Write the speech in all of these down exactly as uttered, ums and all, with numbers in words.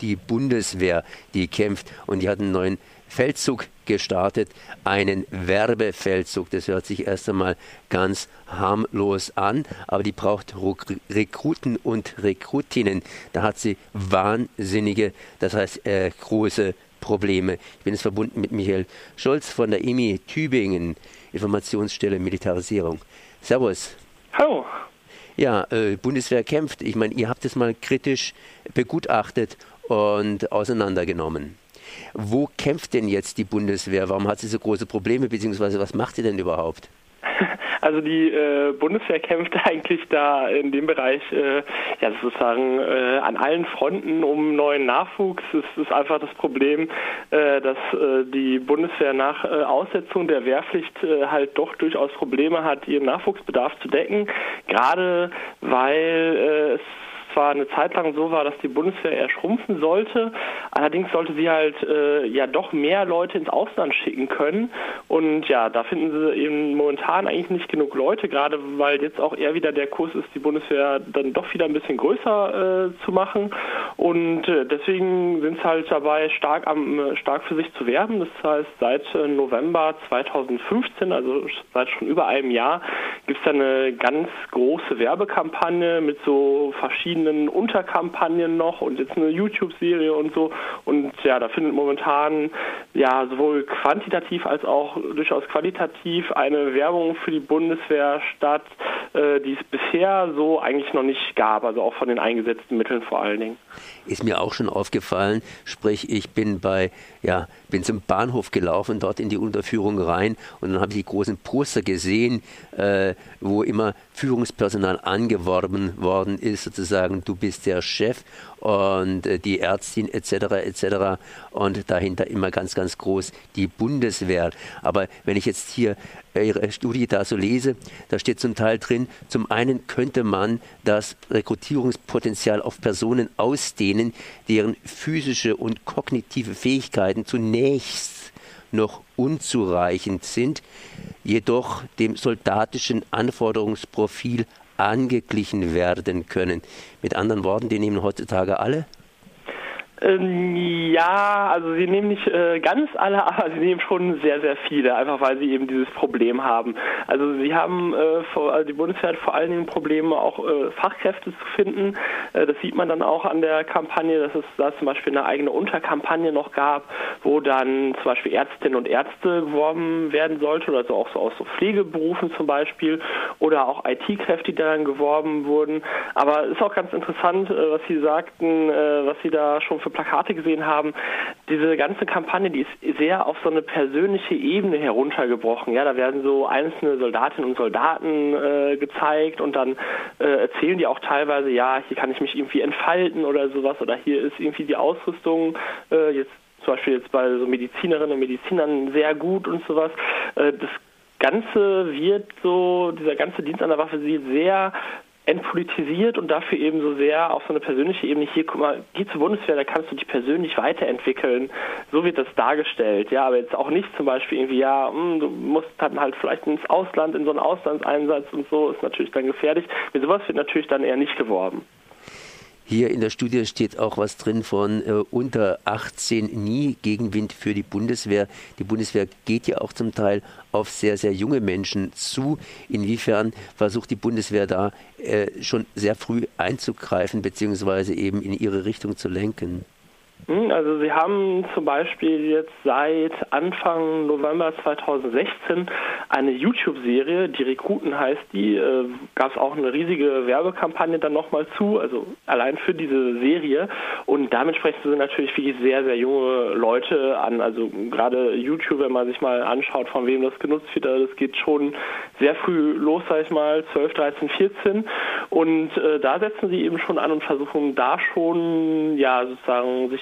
die Bundeswehr, die kämpft. Und die hat einen neuen Feldzug gestartet, einen Werbefeldzug. Das hört sich erst einmal ganz harmlos an, aber die braucht Rekruten und Rekrutinnen. Da hat sie wahnsinnige, das heißt äh, große Probleme. Ich bin jetzt verbunden mit Michael Scholz von der I M I Tübingen, Informationsstelle Militarisierung. Servus. Hallo. Ja, äh, Bundeswehr kämpft. Ich meine, ihr habt es mal kritisch begutachtet und auseinandergenommen. Wo kämpft denn jetzt die Bundeswehr? Warum hat sie so große Probleme, beziehungsweise was macht sie denn überhaupt? Also die äh, Bundeswehr kämpft eigentlich da in dem Bereich äh, ja sozusagen äh, an allen Fronten um neuen Nachwuchs. Es ist einfach das Problem, äh, dass äh, die Bundeswehr nach äh, Aussetzung der Wehrpflicht äh, halt doch durchaus Probleme hat, ihren Nachwuchsbedarf zu decken. Gerade weil äh, es zwar eine Zeit lang so war, dass die Bundeswehr eher schrumpfen sollte, allerdings sollte sie halt äh, ja doch mehr Leute ins Ausland schicken können und ja, da finden sie eben momentan eigentlich nicht genug Leute, gerade weil jetzt auch eher wieder der Kurs ist, die Bundeswehr dann doch wieder ein bisschen größer äh, zu machen und äh, deswegen sind sie halt dabei, stark am stark für sich zu werben. Das heißt, seit äh, November zweitausendfünfzehn, also seit schon über einem Jahr, gibt es da eine ganz große Werbekampagne mit so verschiedenen Unterkampagnen noch und jetzt eine YouTube-Serie und so. Und ja, da findet momentan ja sowohl quantitativ als auch durchaus qualitativ eine Werbung für die Bundeswehr statt, äh, die es bisher so eigentlich noch nicht gab, also auch von den eingesetzten Mitteln vor allen Dingen. Ist mir auch schon aufgefallen, sprich ich bin bei, ja, bin zum Bahnhof gelaufen, dort in die Unterführung rein und dann habe ich die großen Poster gesehen, äh, wo immer Führungspersonal angeworben worden ist, sozusagen, du bist der Chef und äh, die Ärztin et cetera et cetera und dahinter immer ganz, ganz groß die Bundeswehr. Aber wenn ich jetzt hier Ihre Studie da so lese, da steht zum Teil drin, zum einen könnte man das Rekrutierungspotenzial auf Personen ausdehnen, deren physische und kognitive Fähigkeiten zunächst noch unzureichend sind, jedoch dem soldatischen Anforderungsprofil angeglichen werden können. Mit anderen Worten, die nehmen heutzutage alle? Ja, also sie nehmen nicht äh, ganz alle, aber sie nehmen schon sehr, sehr viele, einfach weil sie eben dieses Problem haben. Also sie haben, äh, vor, also die Bundeswehr hat vor allen Dingen Probleme, auch äh, Fachkräfte zu finden. Äh, das sieht man dann auch an der Kampagne, dass es da zum Beispiel eine eigene Unterkampagne noch gab, wo dann zum Beispiel Ärztinnen und Ärzte geworben werden sollte, oder so auch so aus so Pflegeberufen zum Beispiel, oder auch I T-Kräfte, die dann geworben wurden. Aber es ist auch ganz interessant, äh, was Sie sagten, äh, was Sie da schon für Plakate gesehen haben. Diese ganze Kampagne, die ist sehr auf so eine persönliche Ebene heruntergebrochen. Ja, da werden so einzelne Soldatinnen und Soldaten äh, gezeigt und dann äh, erzählen die auch teilweise, ja, hier kann ich mich irgendwie entfalten oder sowas, oder hier ist irgendwie die Ausrüstung äh, jetzt zum Beispiel jetzt bei so Medizinerinnen und Medizinern sehr gut und sowas. Äh, das Ganze wird so, dieser ganze Dienst an der Waffe sieht sehr entpolitisiert und dafür eben so sehr auf so eine persönliche Ebene, hier, guck mal, geh zur Bundeswehr, da kannst du dich persönlich weiterentwickeln. So wird das dargestellt, ja, aber jetzt auch nicht zum Beispiel irgendwie, ja, mh, du musst dann halt vielleicht ins Ausland, in so einen Auslandseinsatz und so, ist natürlich dann gefährlich. Mit sowas wird natürlich dann eher nicht geworben. Hier in der Studie steht auch was drin von äh, unter achtzehn nie Gegenwind für die Bundeswehr. Die Bundeswehr geht ja auch zum Teil auf sehr, sehr junge Menschen zu. Inwiefern versucht die Bundeswehr da äh, schon sehr früh einzugreifen, beziehungsweise eben in ihre Richtung zu lenken? Also sie haben zum Beispiel jetzt seit Anfang November zweitausendsechzehn eine YouTube-Serie, die Rekruten heißt die, äh, gab es auch eine riesige Werbekampagne dann nochmal zu, also allein für diese Serie, und damit sprechen sie natürlich wirklich sehr, sehr junge Leute an, also gerade YouTube, wenn man sich mal anschaut, von wem das genutzt wird, das geht schon sehr früh los, sag ich mal, zwölf, dreizehn, vierzehn, und äh, da setzen sie eben schon an und versuchen da schon, ja, sozusagen sich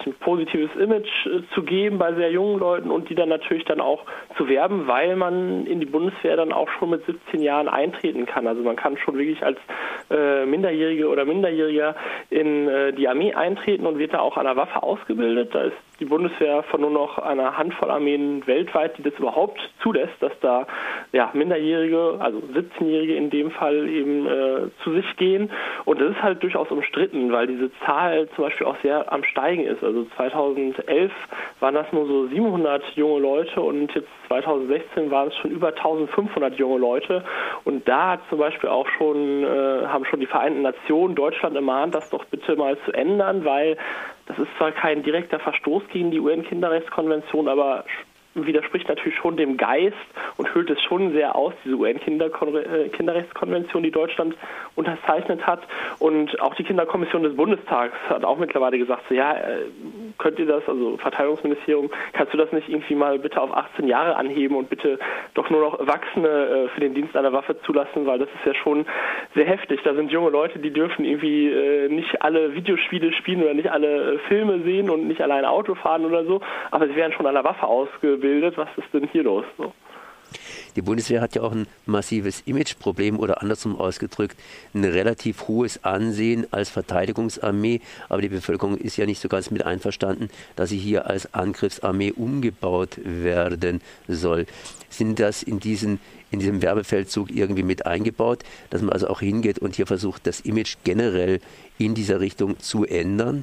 ein positives Image äh, zu geben bei sehr jungen Leuten und die dann natürlich dann auch zu werben, weil man in die Bundeswehr dann auch schon mit siebzehn Jahren eintreten kann. Also man kann schon wirklich als äh, Minderjährige oder Minderjähriger in äh, die Armee eintreten und wird da auch an der Waffe ausgebildet. Da ist die Bundeswehr von nur noch einer Handvoll Armeen weltweit, die das überhaupt zulässt, dass da ja, Minderjährige, also siebzehnjährige in dem Fall eben äh, zu sich gehen. Und das ist halt durchaus umstritten, weil diese Zahl zum Beispiel auch sehr am Steigen ist. Also zweitausendelf waren das nur so siebenhundert junge Leute und jetzt zweitausendsechzehn waren es schon über eintausendfünfhundert junge Leute. Und da hat zum Beispiel auch schon, äh, haben schon die Vereinten Nationen Deutschland ermahnt, das doch bitte mal zu ändern, weil das ist zwar kein direkter Verstoß gegen die U N-Kinderrechtskonvention, aber widerspricht natürlich schon dem Geist und hüllt es schon sehr aus, diese U N-Kinderrechtskonvention, die Deutschland unterzeichnet hat. Und auch die Kinderkommission des Bundestags hat auch mittlerweile gesagt, so, ja, könnt ihr das, also Verteidigungsministerium, kannst du das nicht irgendwie mal bitte auf achtzehn Jahre anheben und bitte doch nur noch Erwachsene für den Dienst einer Waffe zulassen, weil das ist ja schon sehr heftig. Da sind junge Leute, die dürfen irgendwie nicht alle Videospiele spielen oder nicht alle Filme sehen und nicht allein Auto fahren oder so, aber sie werden schon an der Waffe ausgebildet. Was ist denn hier los? So. Die Bundeswehr hat ja auch ein massives Imageproblem oder andersrum ausgedrückt, ein relativ hohes Ansehen als Verteidigungsarmee, aber die Bevölkerung ist ja nicht so ganz mit einverstanden, dass sie hier als Angriffsarmee umgebaut werden soll. Sind das in diesen in diesem Werbefeldzug irgendwie mit eingebaut, dass man also auch hingeht und hier versucht, das Image generell in dieser Richtung zu ändern?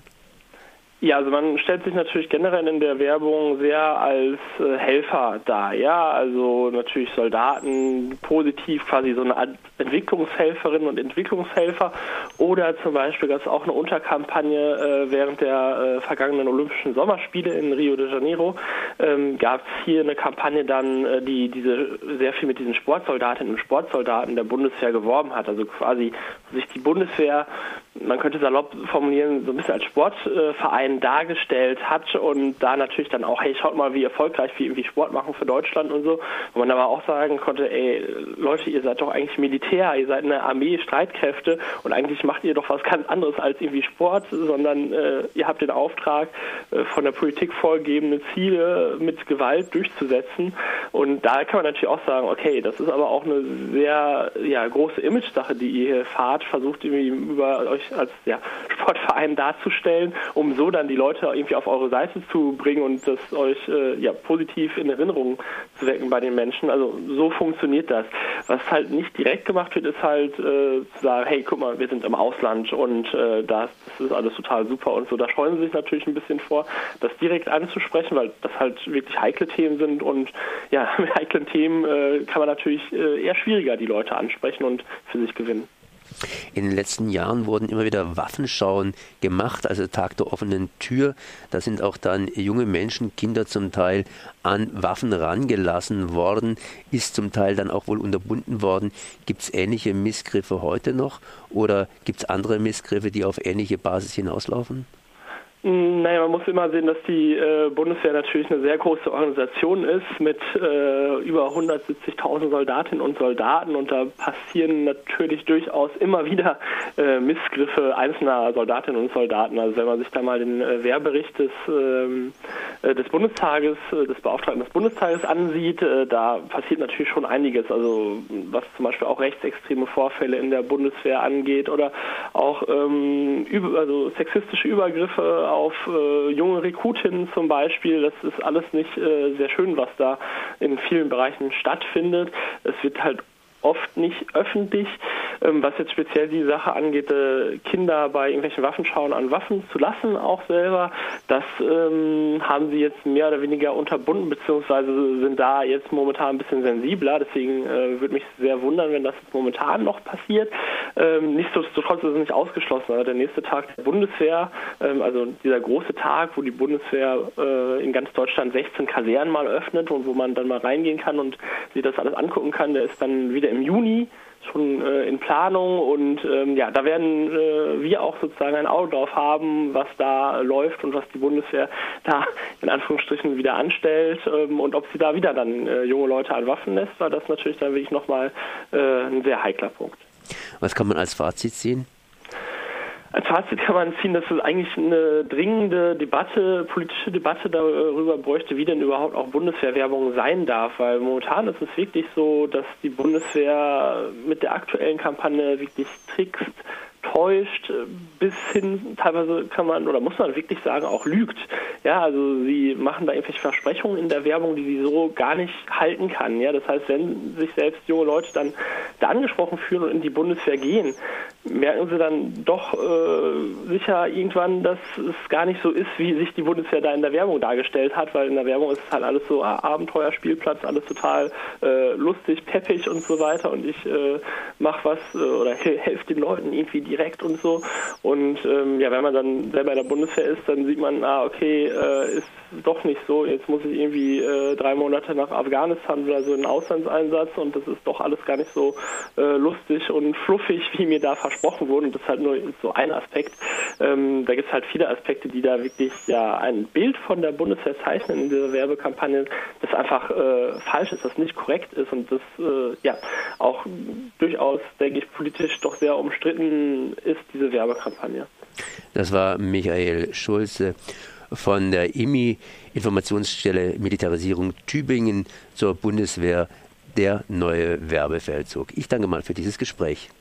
Ja, also man stellt sich natürlich generell in der Werbung sehr als äh, Helfer dar, ja, also natürlich Soldaten, positiv quasi so eine Art Entwicklungshelferinnen und Entwicklungshelfer oder zum Beispiel gab es auch eine Unterkampagne äh, während der äh, vergangenen Olympischen Sommerspiele in Rio de Janeiro, ähm, gab es hier eine Kampagne dann, äh, die diese sehr viel mit diesen Sportsoldatinnen und Sportsoldaten der Bundeswehr geworben hat, also quasi sich die Bundeswehr, man könnte salopp formulieren, so ein bisschen als Sportverein äh, dargestellt hat und da natürlich dann auch, hey, schaut mal, wie erfolgreich wir irgendwie Sport machen für Deutschland und so. Und man aber auch sagen konnte, ey, Leute, ihr seid doch eigentlich Militär, ihr seid eine Armee, Streitkräfte und eigentlich macht ihr doch was ganz anderes als irgendwie Sport, sondern äh, ihr habt den Auftrag, äh, von der Politik vorgegebene Ziele mit Gewalt durchzusetzen. Und da kann man natürlich auch sagen, okay, das ist aber auch eine sehr ja, große Image-Sache, die ihr hier fahrt, versucht irgendwie über euch als ja, Sportverein darzustellen, um so dann die Leute irgendwie auf eure Seite zu bringen und das euch äh, ja, positiv in Erinnerung zu wecken bei den Menschen. Also so funktioniert das. Was halt nicht direkt gemacht wird, ist halt äh, zu sagen, hey, guck mal, wir sind im Ausland und äh, das, das ist alles total super und so. Da scheuen sie sich natürlich ein bisschen vor, das direkt anzusprechen, weil das halt wirklich heikle Themen sind und ja, mit heiklen Themen äh, kann man natürlich äh, eher schwieriger die Leute ansprechen und für sich gewinnen. In den letzten Jahren wurden immer wieder Waffenschauen gemacht, also Tag der offenen Tür. Da sind auch dann junge Menschen, Kinder zum Teil, an Waffen rangelassen worden, ist zum Teil dann auch wohl unterbunden worden. Gibt es ähnliche Missgriffe heute noch oder gibt es andere Missgriffe, die auf ähnliche Basis hinauslaufen? Naja, man muss immer sehen, dass die äh, Bundeswehr natürlich eine sehr große Organisation ist mit äh, über hundertsiebzigtausend Soldatinnen und Soldaten und da passieren natürlich durchaus immer wieder äh, Missgriffe einzelner Soldatinnen und Soldaten. Also wenn man sich da mal den äh, Wehrbericht des, äh, des Bundestages, äh, des Beauftragten des Bundestages ansieht, äh, da passiert natürlich schon einiges. Also was zum Beispiel auch rechtsextreme Vorfälle in der Bundeswehr angeht oder auch ähm, über, also sexistische Übergriffe auf äh, junge Rekrutinnen zum Beispiel. Das ist alles nicht äh, sehr schön, was da in vielen Bereichen stattfindet. Es wird halt oft nicht öffentlich, ähm, was jetzt speziell die Sache angeht, äh, Kinder bei irgendwelchen Waffenschauen an Waffen zu lassen, auch selber. Das ähm, haben sie jetzt mehr oder weniger unterbunden, beziehungsweise sind da jetzt momentan ein bisschen sensibler. Deswegen äh, würde mich sehr wundern, wenn das jetzt momentan noch passiert. Ähm, nichtsdestotrotz ist es nicht ausgeschlossen. Also der nächste Tag der Bundeswehr, ähm, also dieser große Tag, wo die Bundeswehr äh, in ganz Deutschland sechzehn Kasernen mal öffnet und wo man dann mal reingehen kann und sich das alles angucken kann, der ist dann wieder im Juni schon äh, in Planung und ähm, ja, da werden äh, wir auch sozusagen ein Auge drauf haben, was da läuft und was die Bundeswehr da in Anführungsstrichen wieder anstellt ähm, und ob sie da wieder dann äh, junge Leute an Waffen lässt, weil das natürlich dann wirklich nochmal äh, ein sehr heikler Punkt. Was kann man als Fazit ziehen? Als Fazit kann man ziehen, dass es eigentlich eine dringende Debatte, politische Debatte darüber bräuchte, wie denn überhaupt auch Bundeswehrwerbung sein darf, weil momentan ist es wirklich so, dass die Bundeswehr mit der aktuellen Kampagne wirklich trickst, täuscht, bis hin teilweise kann man oder muss man wirklich sagen, auch lügt. Ja, also sie machen da irgendwelche Versprechungen in der Werbung, die sie so gar nicht halten kann. Ja, das heißt, wenn sich selbst junge Leute dann da angesprochen fühlen und in die Bundeswehr gehen, merken sie dann doch äh, sicher irgendwann, dass es gar nicht so ist, wie sich die Bundeswehr da in der Werbung dargestellt hat, weil in der Werbung ist es halt alles so ah, Abenteuer, Spielplatz, alles total äh, lustig, peppig und so weiter und ich äh, mache was äh, oder helfe den Leuten irgendwie direkt und so und ähm, ja, wenn man dann selber in der Bundeswehr ist, dann sieht man, ah, okay, äh, ist doch nicht so, jetzt muss ich irgendwie äh, drei Monate nach Afghanistan oder so in einen Auslandseinsatz und das ist doch alles gar nicht so äh, lustig und fluffig, wie mir da versprochen wurde und das ist halt nur so ein Aspekt. Ähm, da gibt es halt viele Aspekte, die da wirklich ja ein Bild von der Bundeswehr zeichnen in dieser Werbekampagne, das einfach äh, falsch ist, das nicht korrekt ist und das äh, ja auch durchaus, denke ich, politisch doch sehr umstritten ist, diese Werbekampagne. Das war Michael Schulze von der I M I, Informationsstelle Militarisierung Tübingen zur Bundeswehr, der neue Werbefeldzug. Ich danke mal für dieses Gespräch.